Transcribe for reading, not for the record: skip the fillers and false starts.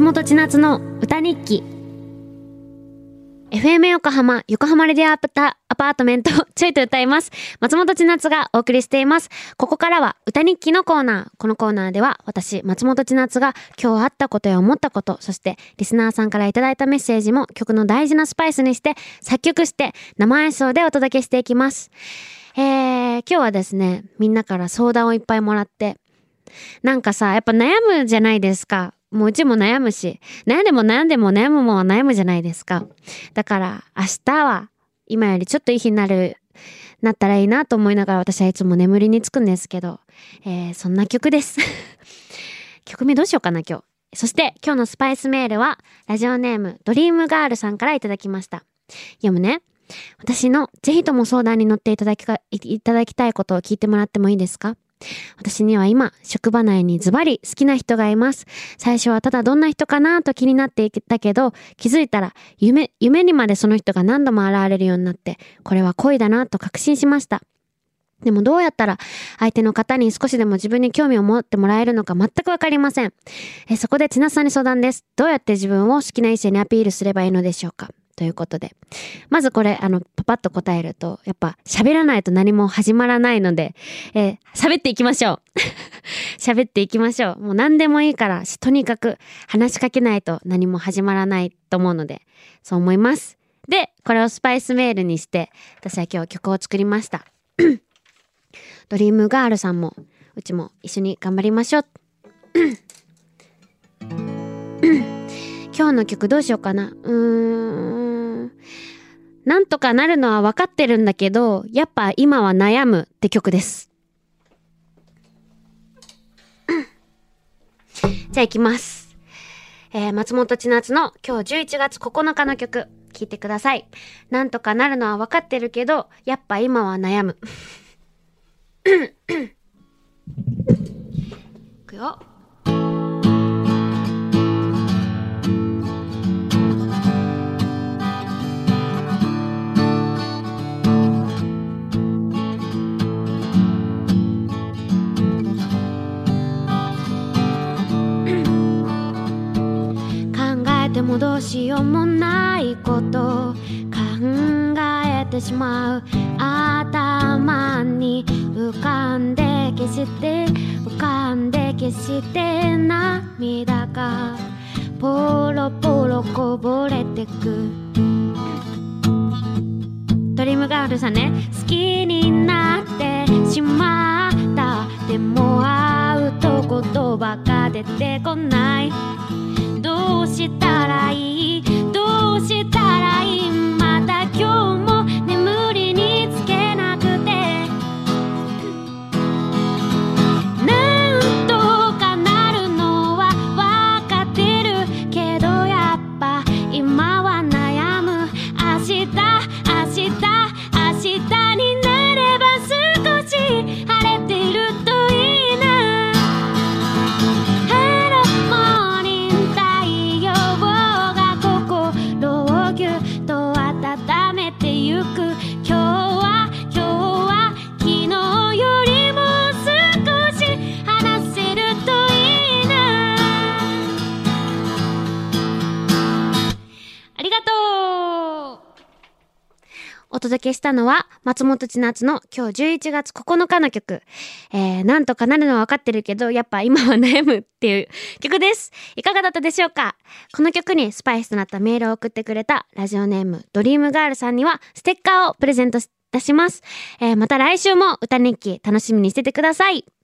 本千夏の歌日記。 FM 横浜レディオアパートメントちょいと歌います。松本千夏がお送りしています。ここからは歌日記のコーナー。このコーナーでは私松本千夏が今日あったことや思ったこと、そしてリスナーさんからいただいたメッセージも曲の大事なスパイスにして作曲して生演奏でお届けしていきます。今日はですね、みんなから相談をいっぱいもらって、なんかさ、やっぱ悩むじゃないですか。もううちも悩むし、悩んでも悩むじゃないですか。だから明日は今よりちょっといい日になったらいいなと思いながら、私はいつも眠りにつくんですけど、そんな曲です曲名どうしようかな今日。そして今日のスパイスメールはラジオネームドリームガールさんからいただきました。読むね。私のぜひとも相談に乗っていただきたいことを聞いてもらってもいいですか？私には今職場内にズバリ好きな人がいます。最初はただどんな人かなと気になっていたけど、気づいたら夢にまでその人が何度も現れるようになって、これは恋だなと確信しました。でもどうやったら相手の方に少しでも自分に興味を持ってもらえるのか全くわかりません。そこで千夏さんに相談です。どうやって自分を好きな異性にアピールすればいいのでしょうか？ということで、まずこれパパッと答えると、やっぱ喋らないと何も始まらないので、喋っていきましょう喋っていきましょう。もう何でもいいからとにかく話しかけないと何も始まらないと思うので、そう思います。で、これをスパイスメールにして私は今日曲を作りましたドリームガールさんもうちも一緒に頑張りましょう今日の曲どうしようかな。なんとかなるのは分かってるんだけど、やっぱ今は悩むって曲です。じゃあ行きます。松本千夏の今日11月9日の曲聴いてください。なんとかなるのは分かってるけど、やっぱ今は悩むいくよ。でもどうしようもないこと考えてしまう。頭に浮かんで消して涙がポロポロこぼれてく。ドリームガールさんね。好きになってしまった。でも会うと言葉が出てこない。どうしたらいいまた今日も眠りにつけなくて。なんとかなるのは分かってるけど、やっぱ今は悩む。明日になれば少し晴れてるといいな。お届けしたのは松本千夏の今日11月9日の曲、なんとかなるのは分かってるけどやっぱ今は悩むっていう曲です。いかがだったでしょうか？この曲にスパイスとなったメールを送ってくれたラジオネームドリームガールさんにはステッカーをプレゼントいたします。また来週も歌日記楽しみにしててください。